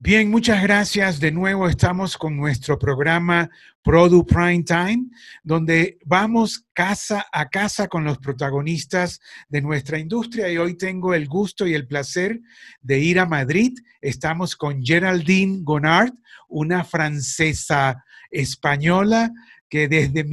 Bien, muchas gracias. De nuevo estamos con nuestro programa Produ Prime Time, donde vamos casa a casa con los protagonistas de nuestra industria y hoy tengo el gusto y el placer de ir a Madrid. Estamos con Geraldine Gonard, una francesa española que desde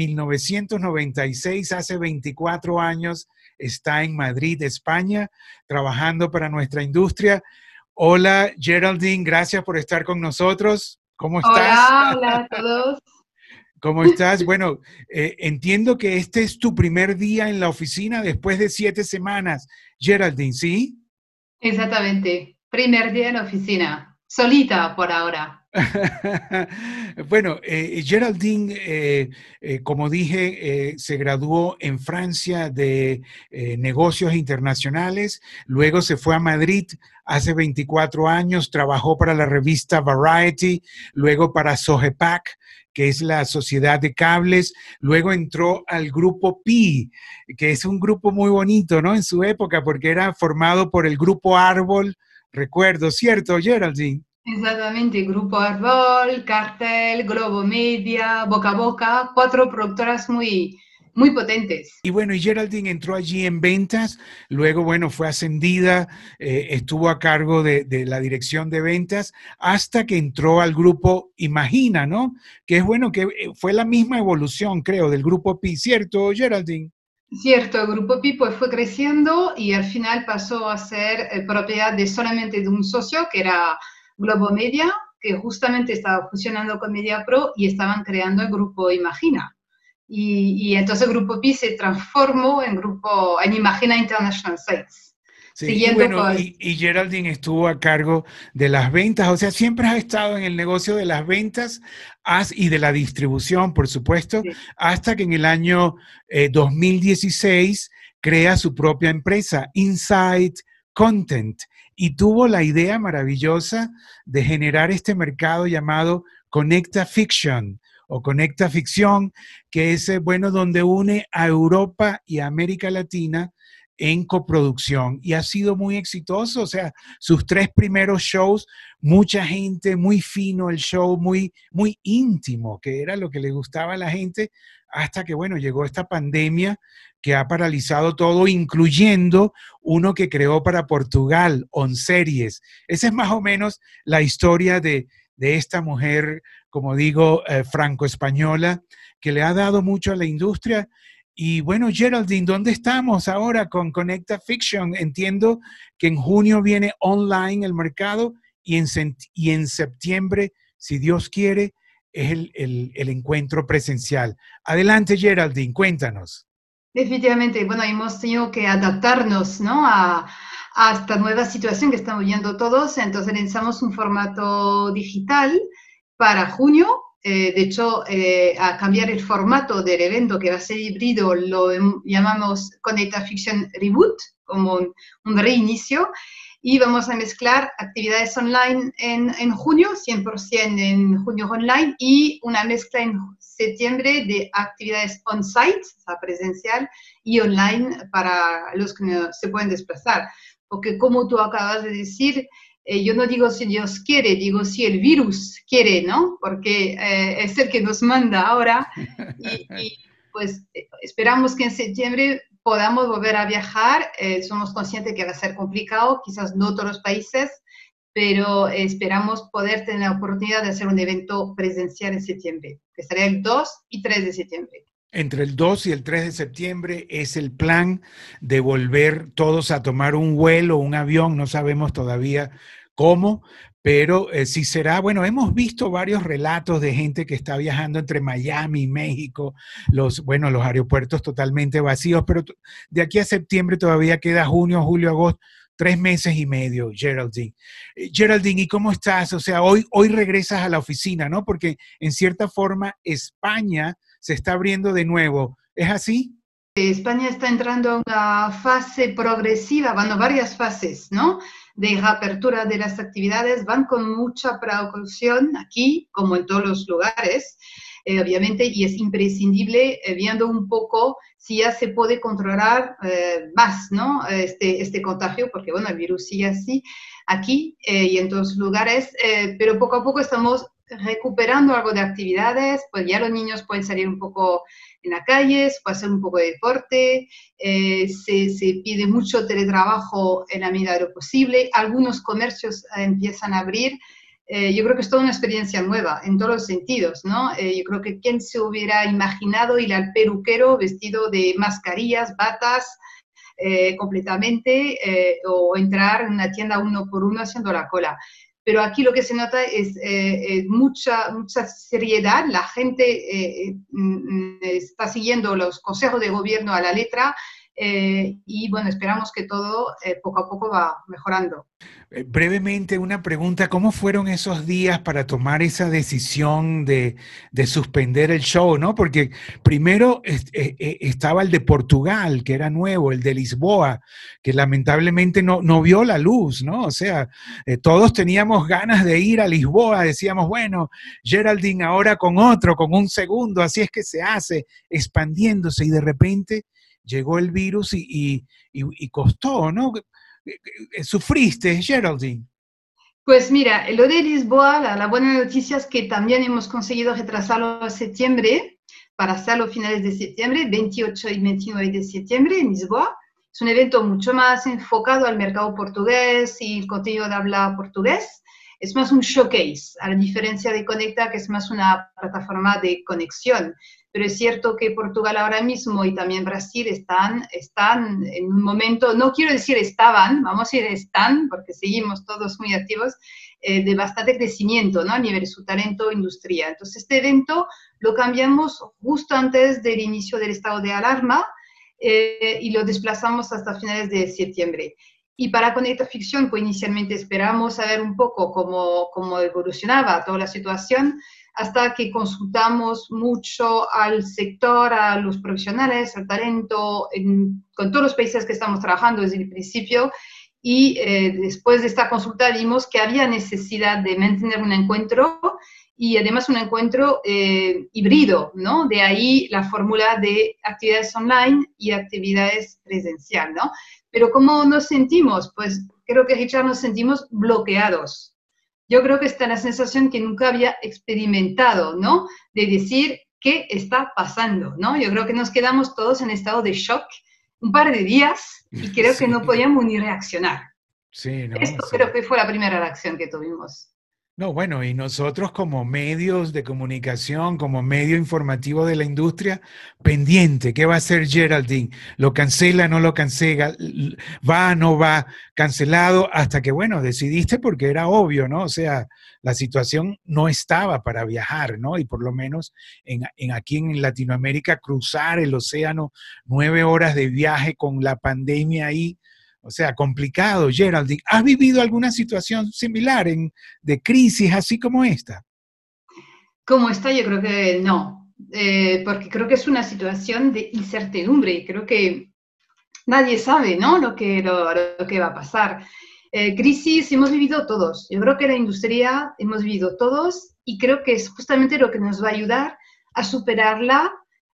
1996, hace 24 años, está en Madrid, España, trabajando para nuestra industria. Hola Geraldine, gracias por estar con nosotros. ¿Cómo estás? Hola, hola a todos. ¿Cómo estás? Bueno, entiendo que este es tu primer día en la oficina después de 7 semanas. Geraldine, ¿sí? Exactamente. Primer día en oficina. Solita por ahora. Bueno, Geraldine, como dije, se graduó en Francia de negocios internacionales, luego se fue a Madrid hace 24 años, trabajó para la revista Variety, luego para Sogepac, que es la sociedad de cables, luego entró al grupo Pi, que es un grupo muy bonito, ¿no? En su época, porque era formado por el grupo Árbol, recuerdo, ¿cierto, Geraldine? Exactamente. Grupo Arbol, Cartel, Globo Media, Boca a Boca, cuatro productoras muy potentes. Y bueno, y Geraldine entró allí en ventas, luego, bueno, fue ascendida, estuvo a cargo de la dirección de ventas, hasta que entró al grupo Imagina, ¿no? Que es bueno, que fue la misma evolución, creo, del grupo Pi, ¿cierto, Geraldine? Cierto, el Grupo Pi pues fue creciendo y al final pasó a ser propiedad de solamente de un socio, que era Globo Media, que justamente estaba fusionando con MediaPro y estaban creando el Grupo Imagina. Y entonces el Grupo Pi se transformó en Imagina International Sites, Sí, y siguiendo bueno, con... y Geraldine estuvo a cargo de las ventas, o sea, siempre has estado en el negocio de las ventas y de la distribución, por supuesto, Sí, hasta que en el año 2016 crea su propia empresa, Insight Content, y tuvo la idea maravillosa de generar este mercado llamado Conecta Fiction o Conecta Ficción, que es, bueno, donde une a Europa y a América Latina en coproducción y ha sido muy exitoso. O sea, sus 3 primeros shows, mucha gente, muy fino el show, muy íntimo, que era lo que le gustaba a la gente, hasta que, bueno, llegó esta pandemia que ha paralizado todo, incluyendo uno que creó para Portugal, On Series. Esa es más o menos la historia de esta mujer, como digo, franco-española, que le ha dado mucho a la industria. Y bueno, Geraldine, ¿dónde estamos ahora con Conecta Fiction? Entiendo que en junio viene online el mercado y en septiembre, si Dios quiere, es el encuentro presencial. Adelante, Geraldine, cuéntanos. definitivamente. Bueno, hemos tenido que adaptarnos, ¿no? A esta nueva situación que estamos viendo todos. Entonces lanzamos un formato digital para junio. De hecho, a cambiar el formato del evento que va a ser híbrido, lo llamamos Conecta Fiction Reboot, como un reinicio. Y vamos a mezclar actividades online en junio, 100% en junio online, y una mezcla en septiembre de actividades on-site, o sea, presencial, y online para los que no se pueden desplazar. Porque como tú acabas de decir, yo no digo si Dios quiere, digo si el virus quiere, ¿no? Porque es el que nos manda ahora y pues esperamos que en septiembre podamos volver a viajar. Somos conscientes que va a ser complicado, quizás no todos los países, pero esperamos poder tener la oportunidad de hacer un evento presencial en septiembre, que será el 2 y 3 de septiembre. Entre el 2 y el 3 de septiembre es el plan de volver todos a tomar un vuelo, un avión, no sabemos todavía cómo, pero sí será, bueno, hemos visto varios relatos de gente que está viajando entre Miami y México, bueno, los aeropuertos totalmente vacíos, pero de aquí a septiembre todavía queda junio, julio, agosto, 3 meses y medio, Geraldine. Geraldine, ¿y cómo estás? O sea, hoy regresas a la oficina, ¿no? Porque en cierta forma España se está abriendo de nuevo. ¿Es así? España está entrando a una fase progresiva, bueno, varias fases, ¿no? De reapertura de las actividades, van con mucha precaución aquí, como en todos los lugares. obviamente, y es imprescindible viendo un poco si ya se puede controlar más, ¿no? Este contagio, porque, bueno, el virus sigue así aquí y en todos los lugares, pero poco a poco estamos recuperando algo de actividades, pues ya los niños pueden salir un poco en la calle, se puede hacer un poco de deporte, se pide mucho teletrabajo en la medida de lo posible, algunos comercios empiezan a abrir. Yo creo que es toda una experiencia nueva en todos los sentidos, ¿no? Yo creo que quién se hubiera imaginado ir al peluquero vestido de mascarillas, batas, completamente, o entrar en una tienda uno por uno haciendo la cola. Pero aquí lo que se nota es mucha seriedad, la gente está siguiendo los consejos de gobierno a la letra, y bueno, esperamos que todo poco a poco va mejorando. Brevemente, una pregunta, ¿cómo fueron esos días para tomar esa decisión de suspender el show, ¿no? Porque primero estaba el de Portugal, que era nuevo, el de Lisboa, que lamentablemente no vio la luz, ¿no? O sea, todos teníamos ganas de ir a Lisboa, decíamos, bueno, Geraldine ahora con otro, con un segundo, así es que se hace, expandiéndose y de repente llegó el virus y costó, ¿no? ¿Sufriste, Geraldine? Pues mira, lo de Lisboa, la buena noticia es que también hemos conseguido retrasarlo a septiembre, para hacerlo a finales de septiembre, 28 y 29 de septiembre en Lisboa. Es un evento mucho más enfocado al mercado portugués y el contenido de habla portugués. Es más un showcase, a la diferencia de Conecta, que es más una plataforma de conexión. Pero es cierto que Portugal ahora mismo y también Brasil están en un momento, no quiero decir estaban, vamos a decir están, porque seguimos todos muy activos, de bastante crecimiento, ¿no? A nivel de su talento industria. Entonces, este evento lo cambiamos justo antes del inicio del estado de alarma y lo desplazamos hasta finales de septiembre. Y para Conecta Ficción, pues inicialmente esperamos saber un poco cómo evolucionaba toda la situación, hasta que consultamos mucho al sector, a los profesionales, al talento, con todos los países que estamos trabajando desde el principio. Y después de esta consulta vimos que había necesidad de mantener un encuentro y además un encuentro híbrido, ¿no? De ahí la fórmula de actividades online y actividades presencial, ¿no? Pero ¿cómo nos sentimos? Pues creo que, Richard, nos sentimos bloqueados. Yo creo que está la sensación que nunca había experimentado, ¿no? De decir, ¿qué está pasando? ¿No? Yo creo que nos quedamos todos en estado de shock un par de días y creo que no Sí, podíamos ni reaccionar. sí, ¿no? Esto Sí. creo que fue la primera reacción que tuvimos. No, bueno, y nosotros como medios de comunicación, como medio informativo de la industria, pendiente, ¿qué va a hacer Geraldine? ¿Lo cancela, no lo cancela? ¿Va, no va? Cancelado hasta que, bueno, decidiste porque era obvio, ¿no? O sea, la situación no estaba para viajar, ¿no? Y por lo menos aquí en Latinoamérica cruzar el océano, 9 horas de viaje con la pandemia ahí. O sea, complicado, Geraldine. ¿Has vivido alguna situación similar de crisis así como esta? ¿Cómo está? Yo creo que no, porque creo que es una situación de incertidumbre. Creo que nadie sabe, ¿no? Lo que va a pasar. Crisis hemos vivido todos. Yo creo que la industria hemos vivido todos y creo que es justamente lo que nos va a ayudar a superarla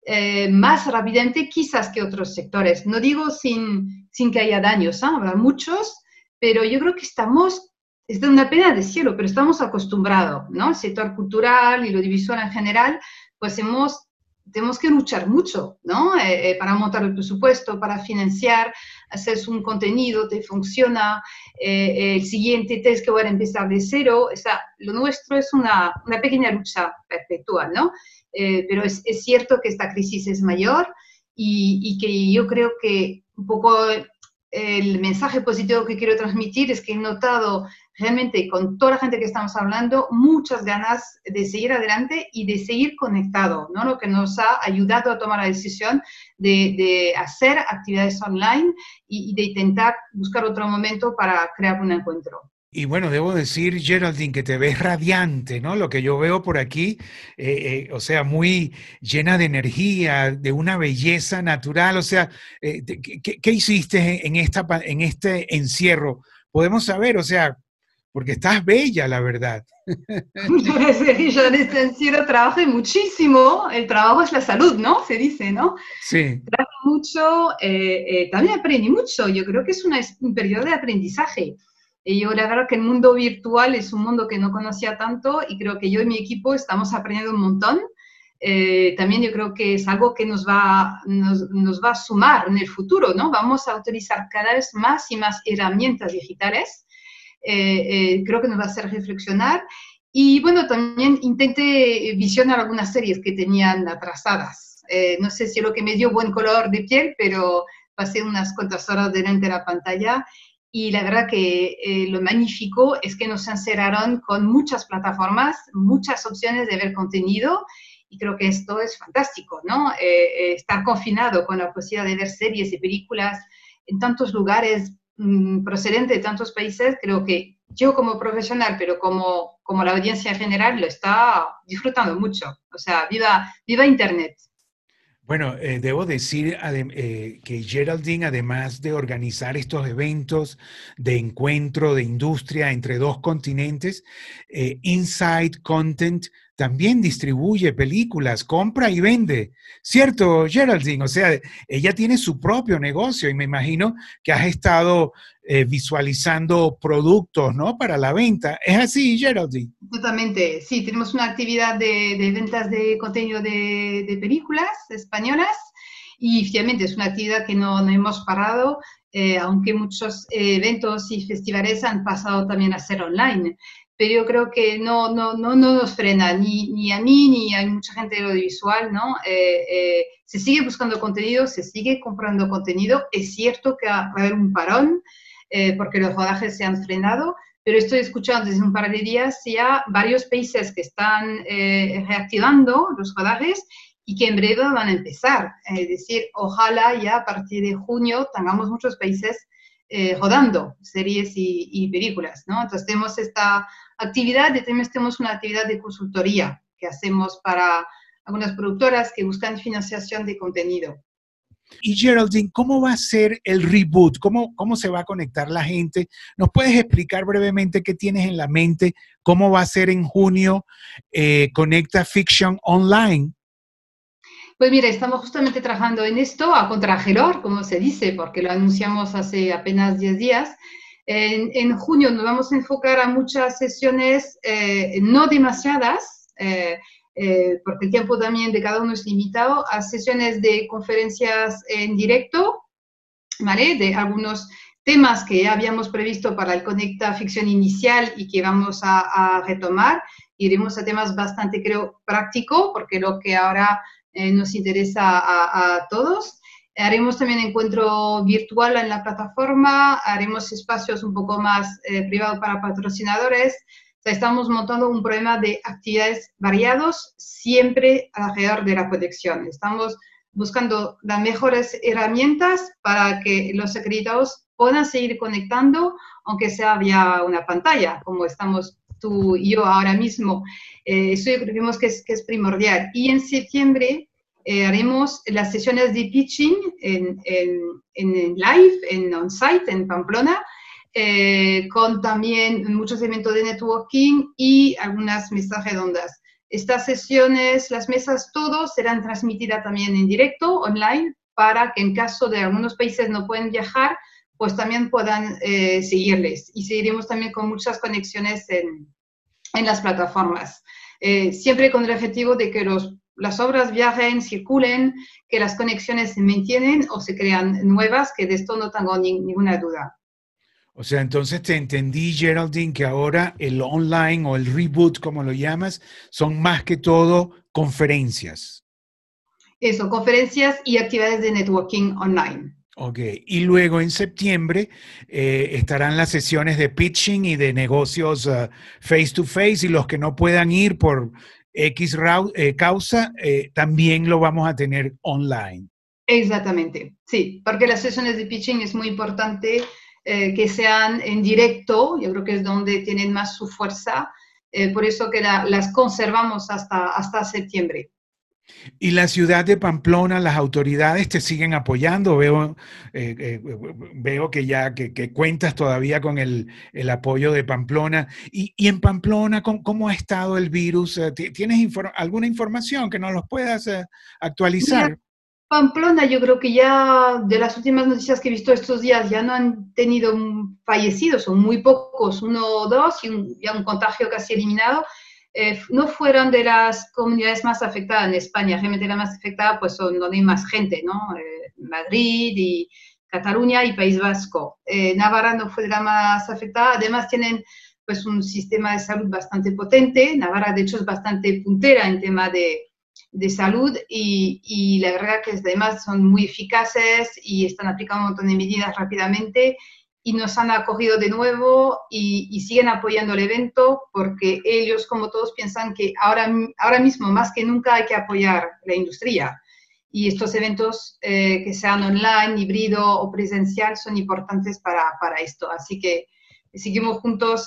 más rápidamente quizás que otros sectores. No digo sin que haya daños, ¿eh? Habrá muchos, pero yo creo que es de una pena de cielo, pero estamos acostumbrados, ¿no? El sector cultural y lo audiovisual en general, pues tenemos que luchar mucho, ¿no? Para montar el presupuesto, para financiar, hacer un contenido, te funciona, el siguiente test que va a empezar de cero, o sea, lo nuestro es una pequeña lucha perpetua, ¿no? Pero es cierto que esta crisis es mayor y que yo creo que un poco el mensaje positivo que quiero transmitir es que he notado realmente con toda la gente que estamos hablando muchas ganas de seguir adelante y de seguir conectado, ¿no? Lo que nos ha ayudado a tomar la decisión de hacer actividades online y de intentar buscar otro momento para crear un encuentro. Y bueno, debo decir, Geraldine, que te ves radiante, ¿no? Lo que yo veo por aquí, o sea, muy llena de energía, de una belleza natural. O sea, ¿qué hiciste en este encierro? Podemos saber, o sea, porque estás bella, la verdad. Muchas gracias, yo en este sentido trabajo muchísimo. El trabajo es la salud, ¿no? Se dice, ¿no? Sí, Trabajo mucho, también aprendí mucho. Yo creo que es un periodo de aprendizaje. Yo la verdad que el mundo virtual es un mundo que no conocía tanto y creo que yo y mi equipo estamos aprendiendo un montón. También yo creo que es algo que nos va a sumar en el futuro, ¿no? Vamos a utilizar cada vez más y más herramientas digitales. Creo que nos va a hacer reflexionar. Y bueno, también intenté visionar algunas series que tenían atrasadas. No sé si lo que me dio buen color de piel, pero pasé unas cuantas horas delante de la pantalla y la verdad que lo magnífico es que nos encerraron con muchas plataformas, muchas opciones de ver contenido y creo que esto es fantástico, ¿no? Estar confinado con la posibilidad de ver series y películas en tantos lugares procedentes de tantos países, creo que yo como profesional, pero como la audiencia en general, lo está disfrutando mucho. O sea, viva Internet. bueno, debo decir que Geraldine, además de organizar estos eventos de encuentro de industria entre dos continentes, Inside Content también distribuye películas, compra y vende. ¿Cierto, Geraldine? O sea, ella tiene su propio negocio y me imagino que has estado visualizando productos, ¿no? Para la venta. ¿Es así, Geraldine? Totalmente, sí, tenemos una actividad de ventas de contenido de películas españolas y finalmente es una actividad que no hemos parado, aunque muchos eventos y festivales han pasado también a ser online. Pero yo creo que no nos frena ni a mí ni a mucha gente de audiovisual, ¿no? Se sigue buscando contenido, se sigue comprando contenido. Es cierto que va a haber un parón porque los rodajes se han frenado, pero estoy escuchando desde un par de días ya varios países que están reactivando los rodajes y que en breve van a empezar. Es decir, ojalá ya a partir de junio tengamos muchos países rodando series y películas, ¿no? Entonces tenemos esta actividad y también tenemos una actividad de consultoría que hacemos para algunas productoras que buscan financiación de contenido. Y Geraldine, ¿cómo va a ser el reboot? ¿Cómo se va a conectar la gente? ¿Nos puedes explicar brevemente qué tienes en la mente? ¿Cómo va a ser en junio Conecta Fiction Online? Pues mira, estamos justamente trabajando en esto a contrarreloj, como se dice, porque lo anunciamos hace apenas 10 días. En junio nos vamos a enfocar a muchas sesiones, no demasiadas, porque el tiempo también de cada uno es limitado, a sesiones de conferencias en directo, ¿vale? De algunos temas que ya habíamos previsto para el Conecta Ficción inicial y que vamos a retomar. Iremos a temas bastante, creo, práctico, porque lo que ahora nos interesa a todos. Haremos también encuentro virtual en la plataforma, haremos espacios un poco más privados para patrocinadores. O sea, estamos montando un programa de actividades variados, siempre alrededor de la conexión. Estamos buscando las mejores herramientas para que los acreditados puedan seguir conectando, aunque sea vía una pantalla, como estamos tú y yo ahora mismo. Eso creemos que es primordial. Y en septiembre haremos las sesiones de pitching en live, en on-site, en Pamplona, con también muchos eventos de networking y algunas mesas redondas. Estas sesiones, las mesas, todo serán transmitidas también en directo, online, para que en caso de algunos países no pueden viajar, pues también puedan seguirles. Y seguiremos también con muchas conexiones en las plataformas. Siempre con el objetivo de que las obras viajen, circulen, que las conexiones se mantienen o se crean nuevas, que de esto no tengo ninguna duda. O sea, entonces te entendí, Geraldine, que ahora el online o el reboot, como lo llamas, son más que todo conferencias. Eso, conferencias y actividades de networking online. Ok, y luego en septiembre estarán las sesiones de pitching y de negocios face to face y los que no puedan ir por X causa, también lo vamos a tener online. Exactamente, sí, porque las sesiones de pitching es muy importante que sean en directo, yo creo que es donde tienen más su fuerza, por eso que las conservamos hasta septiembre. Y la ciudad de Pamplona, las autoridades te siguen apoyando. Veo que ya que cuentas todavía con el apoyo de Pamplona. Y en Pamplona, ¿cómo ha estado el virus? ¿Tienes alguna información que nos los puedas Mira, actualizar? Pamplona, yo creo que ya de las últimas noticias que he visto estos días ya no han tenido fallecidos, son muy pocos, uno o dos, y ya un contagio casi eliminado. No fueron de las comunidades más afectadas en España, realmente la más afectada pues son donde hay más gente, ¿no? Madrid y Cataluña y País Vasco. Navarra no fue de la más afectada, además tienen pues un sistema de salud bastante potente, Navarra de hecho es bastante puntera en tema de salud y la verdad que además son muy eficaces y están aplicando un montón de medidas rápidamente y nos han acogido de nuevo y siguen apoyando el evento porque ellos, como todos, piensan que ahora mismo más que nunca hay que apoyar la industria. Y estos eventos, que sean online, híbrido o presencial, son importantes para esto. Así que seguimos juntos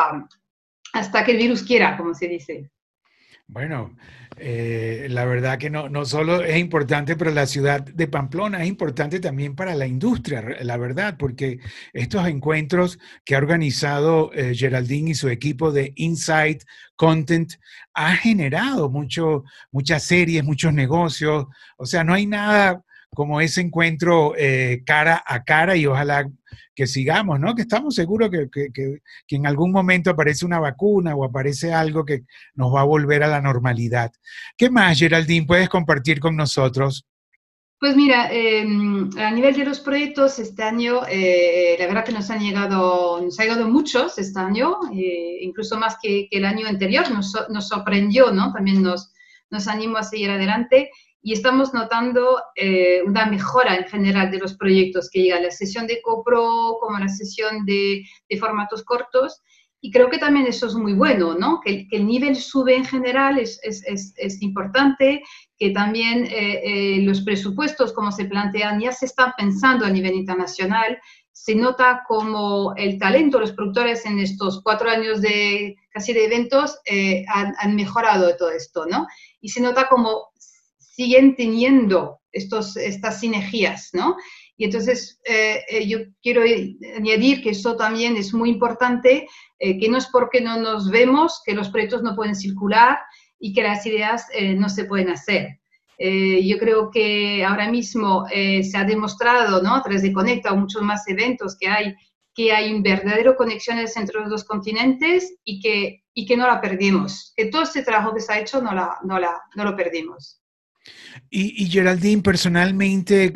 hasta que el virus quiera, como se dice. Bueno, la verdad que no solo es importante para la ciudad de Pamplona, es importante también para la industria, la verdad, porque estos encuentros que ha organizado Geraldine y su equipo de Insight Content ha generado muchas series, muchos negocios. O sea, no hay nada como ese encuentro cara a cara y ojalá que sigamos, ¿no? Que estamos seguros que en algún momento aparece una vacuna o aparece algo que nos va a volver a la normalidad. ¿Qué más, Geraldine, puedes compartir con nosotros? Pues mira, a nivel de los proyectos, este año, la verdad que nos ha llegado muchos este año, incluso más que el año anterior, nos sorprendió, ¿no? También nos animó a seguir adelante y estamos notando una mejora en general de los proyectos que llegan, la sesión de copro como la sesión de formatos cortos. Y creo que también eso es muy bueno, ¿no? Que el nivel sube en general es importante, que también los presupuestos, como se plantean, ya se están pensando a nivel internacional. Se nota como el talento de los productores en estos 4 años casi de eventos han mejorado todo esto, ¿no? Y se nota como siguen teniendo estas sinergias, ¿no? Y entonces yo quiero añadir que eso también es muy importante, que no es porque no nos vemos que los proyectos no pueden circular y que las ideas no se pueden hacer. Yo creo que ahora mismo se ha demostrado, ¿no? A través de Conecta o muchos más eventos que hay verdadero conexiones entre los dos continentes y que no la perdimos, que todo este trabajo que se ha hecho no lo perdimos. Y Geraldine, personalmente,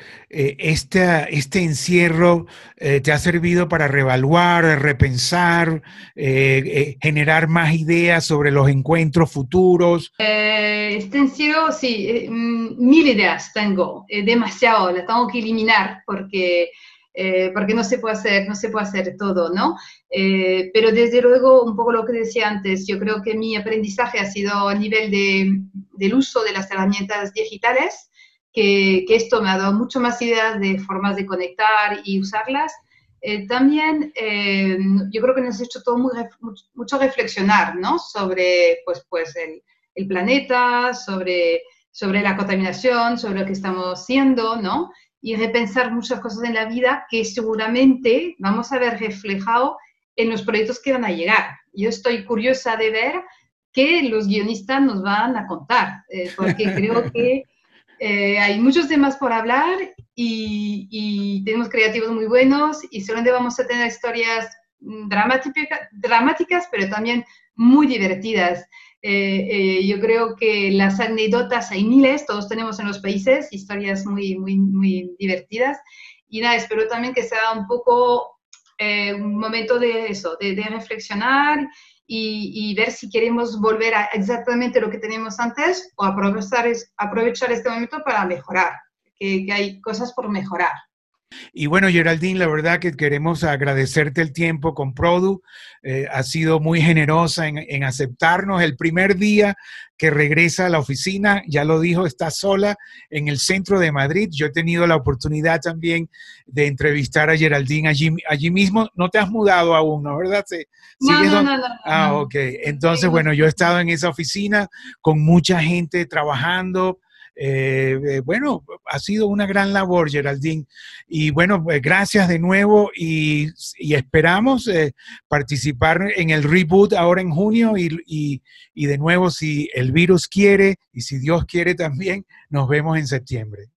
este encierro te ha servido para reevaluar, repensar, generar más ideas sobre los encuentros futuros. Este encierro, sí, mil ideas tengo, demasiado, las tengo que eliminar porque no se puede hacer todo, ¿no? Pero desde luego, un poco lo que decía antes, yo creo que mi aprendizaje ha sido a nivel del uso de las herramientas digitales, que esto me ha dado mucho más ideas de formas de conectar y usarlas. También yo creo que nos ha hecho todo mucho reflexionar, ¿no? Sobre pues el planeta, sobre la contaminación, sobre lo que estamos siendo, ¿no? Y repensar muchas cosas en la vida que seguramente vamos a ver reflejado en los proyectos que van a llegar. Yo estoy curiosa de ver qué los guionistas nos van a contar, porque creo que hay muchos temas por hablar y tenemos creativos muy buenos y seguramente vamos a tener historias dramáticas, pero también muy divertidas. Yo creo que las anécdotas hay miles, todos tenemos en los países historias muy divertidas. Y nada, espero también que sea un poco un momento de eso, de reflexionar y ver si queremos volver a exactamente lo que teníamos antes o aprovechar este momento para mejorar, que hay cosas por mejorar. Y bueno, Geraldine, la verdad que queremos agradecerte el tiempo con Produ. Ha sido muy generosa en aceptarnos. El primer día que regresa a la oficina, ya lo dijo, está sola en el centro de Madrid. Yo he tenido la oportunidad también de entrevistar a Geraldine allí mismo. No te has mudado aún, ¿no? ¿Verdad? No, ¿Sigues no, donde? no, no, Ah, no. ok. Entonces, Seguimos bueno, yo he estado en esa oficina con mucha gente trabajando. Bueno, ha sido una gran labor, Geraldine. Y bueno, pues gracias de nuevo y esperamos participar en el reboot ahora en junio y de nuevo, si el virus quiere y si Dios quiere también, nos vemos en septiembre.